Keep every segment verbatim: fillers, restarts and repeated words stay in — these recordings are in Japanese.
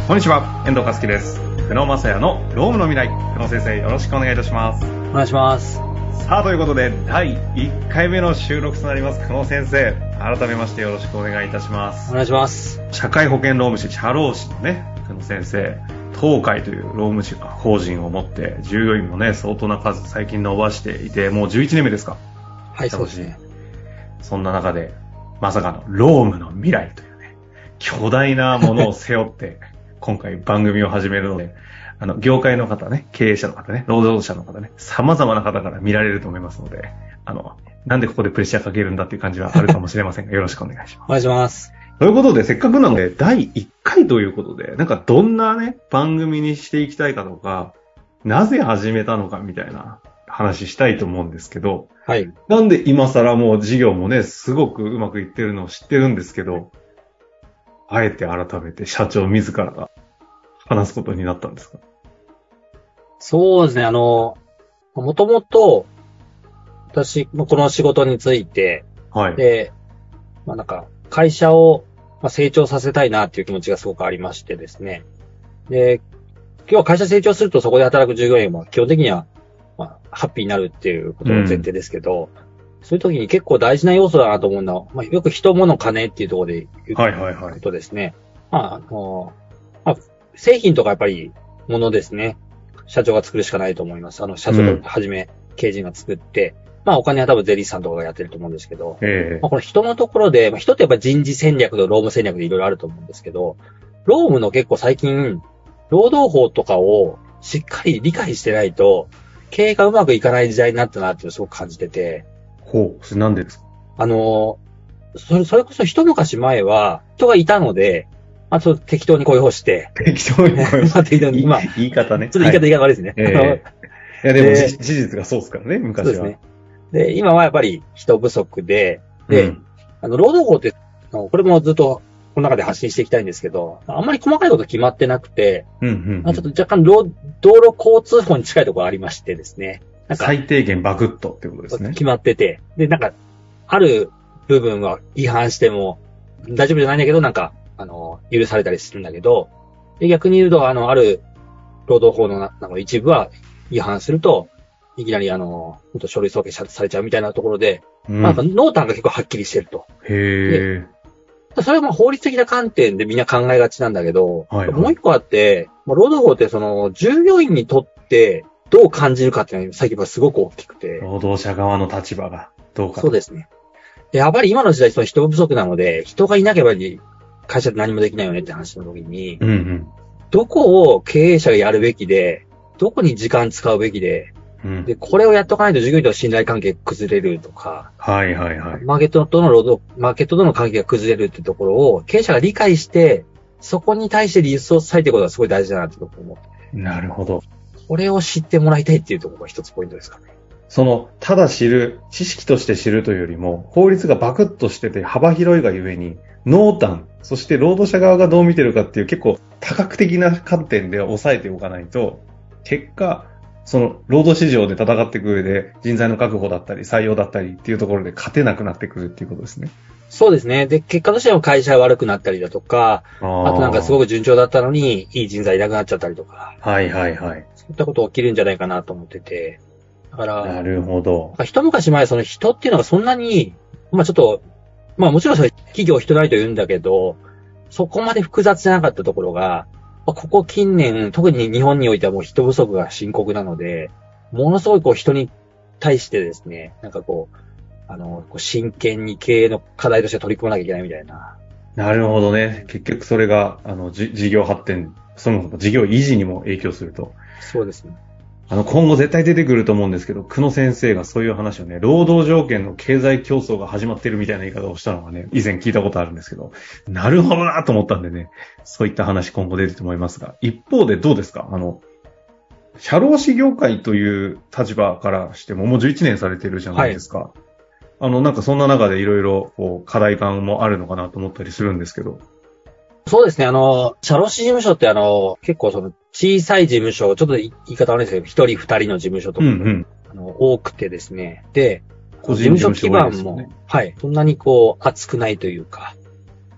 こんにちは、遠藤和樹です。久野正也のロームの未来。久野先生、よろしくお願いいたします。 お願いします。 さあ、ということで、だいいっかいめの収録となります。久野先生、改めましてよろしくお願いいたします。 お願いします。 社会保険労務士、社労士のね、久野先生、東海という労務士法人を持って、従業員もね、相当な数最近伸ばしていて、もうじゅういちねんめですか？ はい、そうですね。 そんな中で、まさかの労務の未来というね、巨大なものを背負って、今回番組を始めるので、あの、業界の方ね、経営者の方ね、労働者の方ね、様々な方から見られると思いますので、あの、なんでここでプレッシャーかけるんだっていう感じはあるかもしれませんが、よろしくお願いします。 お願いします。 ということで、せっかくなので、だいいっかいということで、なんかどんなね、番組にしていきたいかとか、なぜ始めたのかみたいな話したいと思うんですけど、 はい。 なんで今更もう事業もね、すごくうまくいってるのを知ってるんですけど、あえて改めて社長自らが話すことになったんですか？ そうですね、あの、もともと、私、この仕事について、 はい。 で、まあなんか、会社を成長させたいなっていう気持ちがすごくありましてですね。で、今日は会社成長するとそこで働く従業員も基本的には、まあ、ハッピーになるっていうことが前提ですけど、うん、そういう時に結構大事な要素だなと思うのは、まあ、よく人物金っていうところで言うことですね。はいはいはい。まあ、あの、まあ、製品とかやっぱりものですね。社長が作るしかないと思います。あの、社長をはじめ、経営陣が作って、うん、まあお金は多分税理士さんとかがやってると思うんですけど、 えーまあ、この人のところで、まあ、人ってやっぱ人事戦略と労務戦略でいろいろあると思うんですけど、労務の結構最近、労働法とかをしっかり理解してないと、経営がうまくいかない時代になったなっていうのをすごく感じてて。 ほう、それなんでですか？ あの、それ、それこそ一昔前は人がいたので、まあ、ちょっと適当に雇用して。 適当に雇用して。今、言い方ね。 ちょっと言い方、はい、言い方悪いですね。 えー、いや、でも事実がそうですからね、昔は。そうですね。 で、今はやっぱり人不足で、で、うん、あの、労働法って、これもずっとこの中で発信していきたいんですけど、あんまり細かいこと決まってなくて、 うんうんうん、 ちょっと若干道路交通法に近いところがありましてですね。 なんか最低限バクッとってことですね。 決まってて、で、なんか、ある部分は違反しても大丈夫じゃないんだけど、なんか、あの、許されたりするんだけど、で逆に言うと、あの、ある労働法の中の一部は違反すると、いきなりあの、書類送検されちゃうみたいなところで、うん、なんか濃淡が結構はっきりしてると。 へー。それはまあ法律的な観点でみんな考えがちなんだけど、 はいはい、 もう一個あって、労働法ってその、従業員にとってどう感じるかっていうのが最近はすごく大きくて。 労働者側の立場がどうか。 そうですね。やっぱり今の時代その人不足なので、人がいなければ会社って何もできないよねって話の時に、 うんうん、 どこを経営者がやるべきで、どこに時間使うべきで、うん、で、これをやっとかないと従業員との信頼関係崩れるとか、 はいはいはい。 マーケットとの労働、マーケットとの関係が崩れるってところを経営者が理解して、そこに対してリソース割いていくことがすごい大事だなってところを思って。 なるほど。 これを知ってもらいたいっていうところが一つポイントですかね。 その、ただ知る、知識として知るというよりも、法律がバクッとしてて幅広いがゆえに、濃淡、そして労働者側がどう見てるかっていう結構多角的な観点で抑えておかないと、結果、その労働市場で戦っていく上で人材の確保だったり採用だったりっていうところで勝てなくなってくるっていうことですね。 そうですね。で、結果としても会社が悪くなったりだとか、あ, あとなんかすごく順調だったのにいい人材いなくなっちゃったりとか。 はいはいはい。 そういったこと起きるんじゃないかなと思ってて。だから、 なるほど。 一昔前その人っていうのがそんなに、まあちょっと、まあもちろんそれ企業人ないと言うんだけど、そこまで複雑じゃなかったところが、ここ近年、特に日本においてはもう人不足が深刻なので、ものすごいこう人に対してですね、なんかこう、あの、こう真剣に経営の課題として取り組まなきゃいけないみたいな。 なるほどね。結局それが、あの、じ事業発展、そもそも事業維持にも影響すると。 そうですね。 あの、今後絶対出てくると思うんですけど、久野先生がそういう話をね、労働条件の経済競争が始まってるみたいな言い方をしたのがね、以前聞いたことあるんですけど、なるほどなと思ったんでね、そういった話今後出てると思いますが、一方でどうですか？あの、社労士業界という立場からしてももうじゅういちねんされてるじゃないですか。はい、あの、なんかそんな中でいろいろこう課題感もあるのかなと思ったりするんですけど。 そうですね。あの、社労士事務所ってあの、結構その小さい事務所、ちょっと言い方悪いですけど、一人二人の事務所とか、うんうん、あの多くてですね。で、個人事務所基盤も、はい、そんなにこう厚くないというか、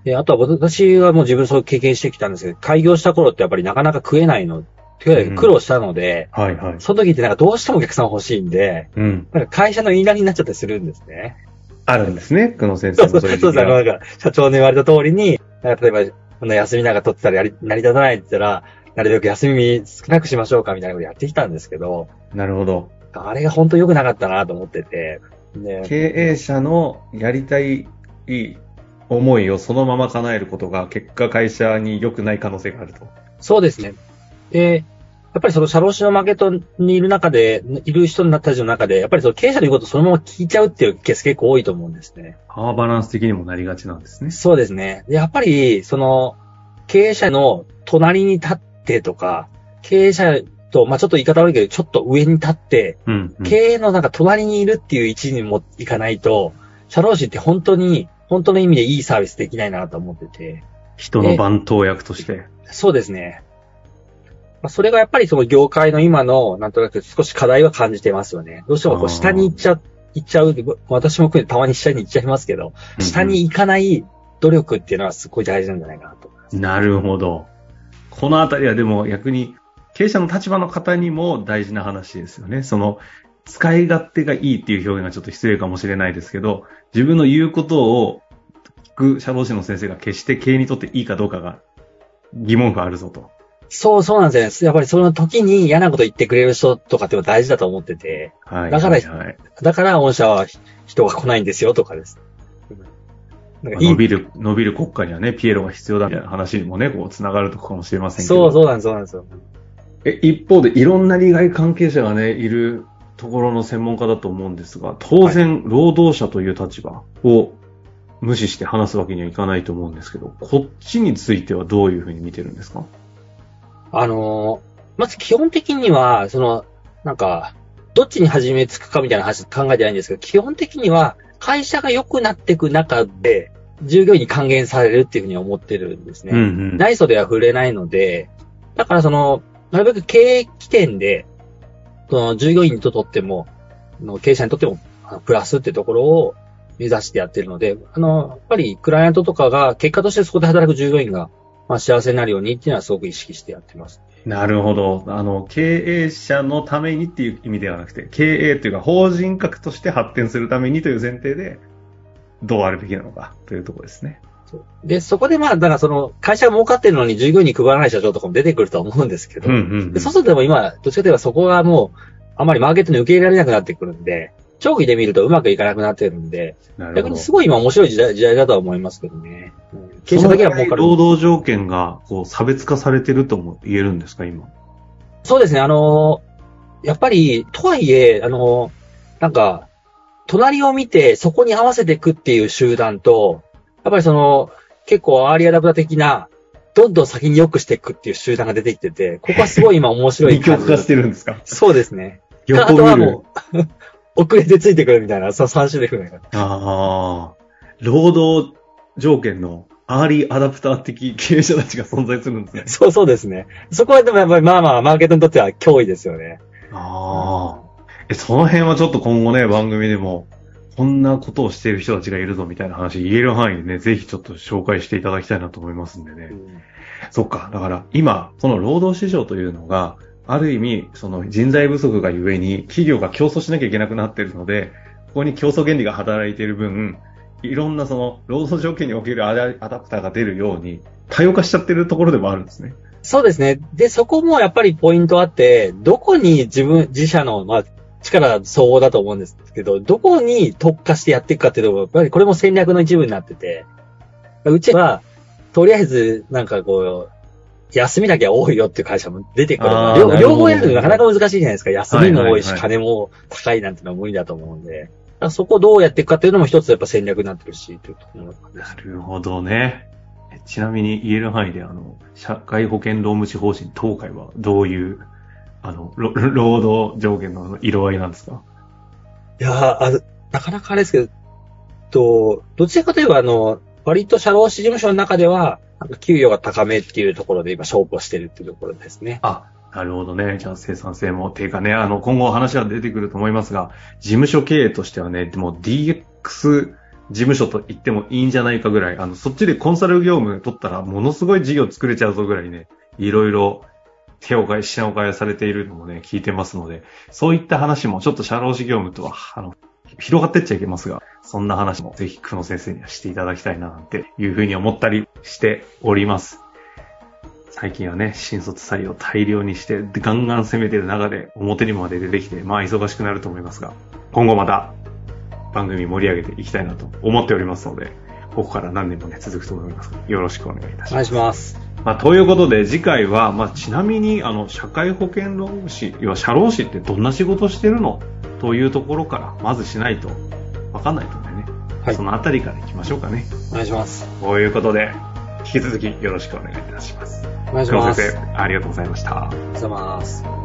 で、あとは私はもう自分そういう経験してきたんですけど、開業した頃ってやっぱりなかなか食えないの、苦労したので、 うん、はいはい。 その時ってなんかどうしてもお客さん欲しいんで、うん、なんか会社の言いなりになっちゃったりするんですね。 あるんですね、久野先生もそういう時が。 そうです、なんか、社長の言われた通りに、例えば、この休みなんか取ってたらやり、成り立たないって言ったら、なるべく休み少なくしましょうかみたいなことやってきたんですけど。 なるほど。 あれが本当良くなかったなと思ってて。 ね、経営者のやりたい思いをそのまま叶えることが結果会社に良くない可能性があると。 そうですね。で、やっぱりその社労士のマーケットにいる中で、いる人になった人の中で、やっぱりその経営者の言うことをそのまま聞いちゃうっていうケース結構多いと思うんですね。 パワーバランス的にもなりがちなんですね。 そうですね。でやっぱり、その、経営者の隣に立ってとか、経営者と、まあちょっと言い方悪いけど、ちょっと上に立って、うんうん、経営のなんか隣にいるっていう位置にもいかないと、社労士って本当に、本当の意味でいいサービスできないなと思ってて。 人の番頭役として。 そうですね。それがやっぱりその業界の今の、なんとなく少し課題は感じてますよね。どうしてもこう下に行っちゃ、行っちゃう。私もたまに下に行っちゃいますけど、うんうん、下に行かない努力っていうのはすごい大事なんじゃないかなと思います。 なるほど。このあたりはでも逆に経営者の立場の方にも大事な話ですよね。その使い勝手がいいっていう表現がちょっと失礼かもしれないですけど、自分の言うことを聞く社労士の先生が決して経営にとっていいかどうかが疑問符あるぞと。 そう、そうなんですよ。やっぱりその時に嫌なこと言ってくれる人とかって大事だと思ってて。はい。だから、はい、だから御社は人が来ないんですよとかです。 なんかいい伸びる、伸びる国家にはね、ピエロが必要だみたいな話にもね、こう繋がるとこかもしれませんけど。 そう、そうなんです、そうなんですよ。 え、一方でいろんな利害関係者がね、いるところの専門家だと思うんですが、当然、労働者という立場を無視して話すわけにはいかないと思うんですけど、こっちについてはどういうふうに見てるんですか？ あのー、まず基本的には、その、なんか、どっちに始めつくかみたいな話考えてないんですけど、基本的には、会社が良くなっていく中で、従業員に還元されるっていうふうに思ってるんですね。うんうん、内装では触れないので、だからその、なるべく経営起点で、その従業員にとっても、経営者にとっても、プラスっていうところを目指してやってるので、あの、やっぱりクライアントとかが、結果としてそこで働く従業員が、まあ、幸せになるようにっていうのはすごく意識してやってます。 なるほど。あの、経営者のためにっていう意味ではなくて、経営というか法人格として発展するためにという前提で、どうあるべきなのかというところですね。 で、そこでまあ、だからその、会社が儲かってるのに従業員に配らない社長とかも出てくるとは思うんですけど、うんうんうん、でそうするとでも今、どっちかといえばそこがもう、あまりマーケットに受け入れられなくなってくるんで、長期で見るとうまくいかなくなってるんで、逆にすごい今面白い時代、時代だとは思いますけどね。 経営者だけは儲かる。労働条件がこう差別化されてるとも言えるんですか、今。 そうですね、あの、やっぱり、とはいえ、あの、なんか、隣を見てそこに合わせていくっていう集団と、やっぱりその、結構アーリーアダプタ的な、どんどん先に良くしていくっていう集団が出てきてて、ここはすごい今面白い感じ。二極化してるんですか？ そうですね。あとはもう、遅れてついてくるみたいな、そのさん種類ぐらいが。 ああ。労働条件のアーリーアダプター的経営者たちが存在するんですね。 そうそうですね。そこはでもやっぱりまあまあ、マーケットにとっては脅威ですよね。 ああ。え、その辺はちょっと今後ね、番組でも、こんなことをしている人たちがいるぞみたいな話、言える範囲でね、ぜひちょっと紹介していただきたいなと思いますんでね。うん、そっか。だから今、この労働市場というのが、ある意味、その人材不足がゆえに、企業が競争しなきゃいけなくなっているので、ここに競争原理が働いている分、いろんなその労働条件におけるアダプターが出るように、多様化しちゃってるところでもあるんですね。 そうですね。で、そこもやっぱりポイントあって、どこに自分、自社の、まあ、力相応だと思うんですけど、どこに特化してやっていくかっていうのは、やっぱりこれも戦略の一部になってて、うちは、とりあえず、なんかこう、休みだけは多いよっていう会社も出てくるので、両方やるのなかなか難しいじゃないですか。休みも多いし、金も高いなんてのは無理だと思うんで、そこをどうやっていくかっていうのも一つやっぱ戦略になってるし、というところです。 なるほどね。ちなみに言える範囲で、あの、社会保険労務士法人東海はどういう、あの、労働上限の色合いなんですか？ いやあ、なかなかあれですけど、と、どちらかといえば、あの、割と社労士事務所の中では、なんか給与が高めっていうところで今勝負をしてるっていうところですね。 あ、なるほどね。じゃあ生産性も低下ね。あの、今後話は出てくると思いますが、事務所経営としてはね、でも ディーエックス事務所と言ってもいいんじゃないかぐらい、あの、そっちでコンサル業務取ったらものすごい事業作れちゃうぞぐらいね、いろいろ手を変え、品を変えされているのもね、聞いてますので、そういった話もちょっと社労士業務とは、あの、広がってっちゃいけますが、そんな話もぜひ久野先生にはしていただきたいななんていうふうに思ったりしております。最近はね、新卒採用大量にして、ガンガン攻めてる中で表にまで出てきて、まあ忙しくなると思いますが、今後また番組盛り上げていきたいなと思っておりますので、ここから何年もね、続くと思いますが、よろしくお願いいたします。 お願いします。 まあ、ということで、次回は、まあ、ちなみに、あの、社会保険労務士、要は社労士ってどんな仕事してるのというところから、まずしないと、わかんないと思うんでね。はい。そのあたりから行きましょうかね。 お願いします。 ということで、引き続きよろしくお願いいたします。 お願いします。 久野先生、ありがとうございました。 ありがとうございます。